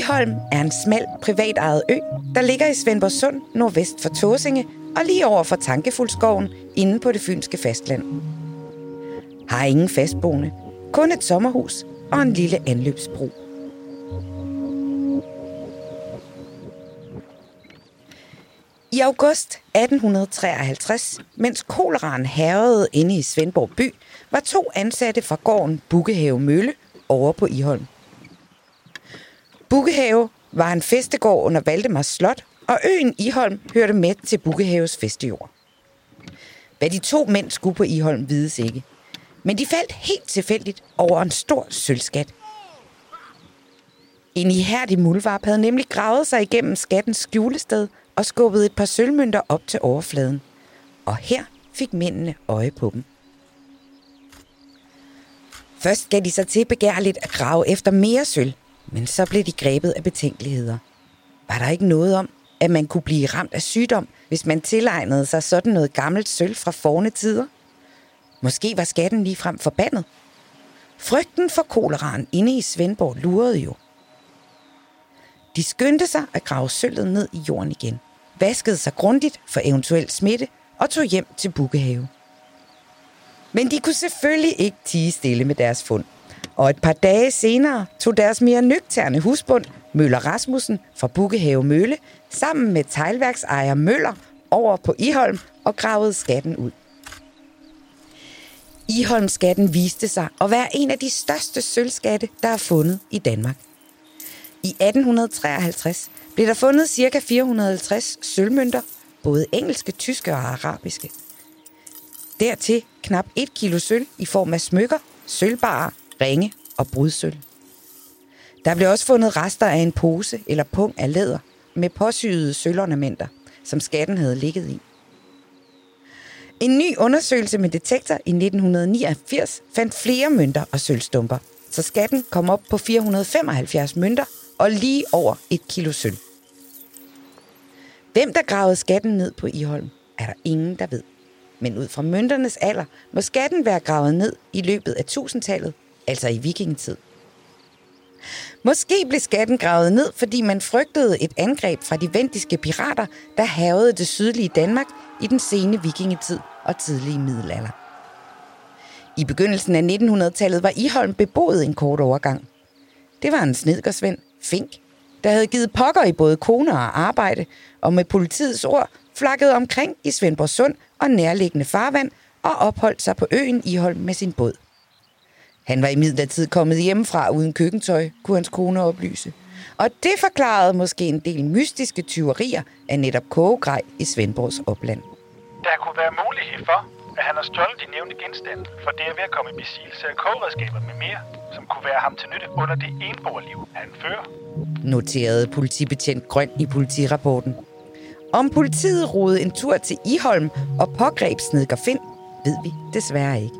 Iholm er en smal, privatejet ø, der ligger i Svendborgsund, nordvest for Tåsinge og lige over for Tankefuldskoven inde på det fynske fastland. Har ingen fastboende, kun et sommerhus og en lille anløbsbro. I august 1853, mens koleraen hærgede inde i Svendborg by, var 2 ansatte fra gården Bukkehave Mølle over på Iholm. Bukkehave var en festegård under Valdemars Slot, og øen Iholm hørte med til Bukkehaves festejord. Hvad de 2 mænd skulle på Iholm vides ikke, men de faldt helt tilfældigt over en stor sølvskat. En ihærdig muldvarp havde nemlig gravet sig igennem skattens skjulested og skubbet et par sølvmønter op til overfladen. Og her fik mændene øje på dem. Først gav de sig til begærligt at grave efter mere sølv, men så blev de grebet af betænkeligheder. Var der ikke noget om, at man kunne blive ramt af sygdom, hvis man tilegnede sig sådan noget gammelt sølv fra forne tider? Måske var skatten ligefrem forbandet. Frygten for koleraen inde i Svendborg lurede jo. De skyndte sig at grave sølvet ned i jorden igen, vaskede sig grundigt for eventuel smitte og tog hjem til Bukkehave. Men de kunne selvfølgelig ikke tie stille med deres fund. Og et par dage senere tog deres mere nøgterne husbond, Møller Rasmussen fra Bukkehave Mølle, sammen med teglværksejer Møller over på Iholm og gravede skatten ud. Iholmskatten viste sig at være en af de største sølvskatte, der er fundet i Danmark. I 1853 blev der fundet ca. 450 sølvmønter, både engelske, tyske og arabiske. Dertil knap 1 kilo sølv i form af smykker, sølvbarer, ringe og brudsølv. Der blev også fundet rester af en pose eller pung af læder med påsyede sølvornamenter, som skatten havde ligget i. En ny undersøgelse med detektor i 1989 fandt flere mønter og sølvstumper, så skatten kom op på 475 mønter og lige over 1 kilo sølv. Hvem der gravede skatten ned på Iholm, er der ingen, der ved. Men ud fra mønternes alder må skatten være gravet ned i løbet af 1000-tallet, altså i vikingetid. Måske blev skatten gravet ned, fordi man frygtede et angreb fra de vendiske pirater, der hærgede det sydlige Danmark i den sene vikingetid og tidlige middelalder. I begyndelsen af 1900-tallet var Iholm beboet en kort overgang. Det var en snedkersvend, Fink, der havde givet pokker i både kone og arbejde, og med politiets ord flakkede omkring i Svendborgsund og nærliggende farvand og opholdt sig på øen Iholm med sin båd. Han var imidlertid kommet hjemmefra uden køkkentøj, kunne hans kone oplyse. Og det forklarede måske en del mystiske tyverier af netop kogegrej i Svendborgs opland. Der kunne være mulighed for, at han har stjålet de nævnte genstande, for det er ved at komme i besiddelse af kogeredskaber med mere, som kunne være ham til nytte under det enboerliv, han fører. Noterede politibetjent Grøn i politirapporten. Om politiet rodede en tur til Iholm og pågreb snedker Finn, ved vi desværre ikke.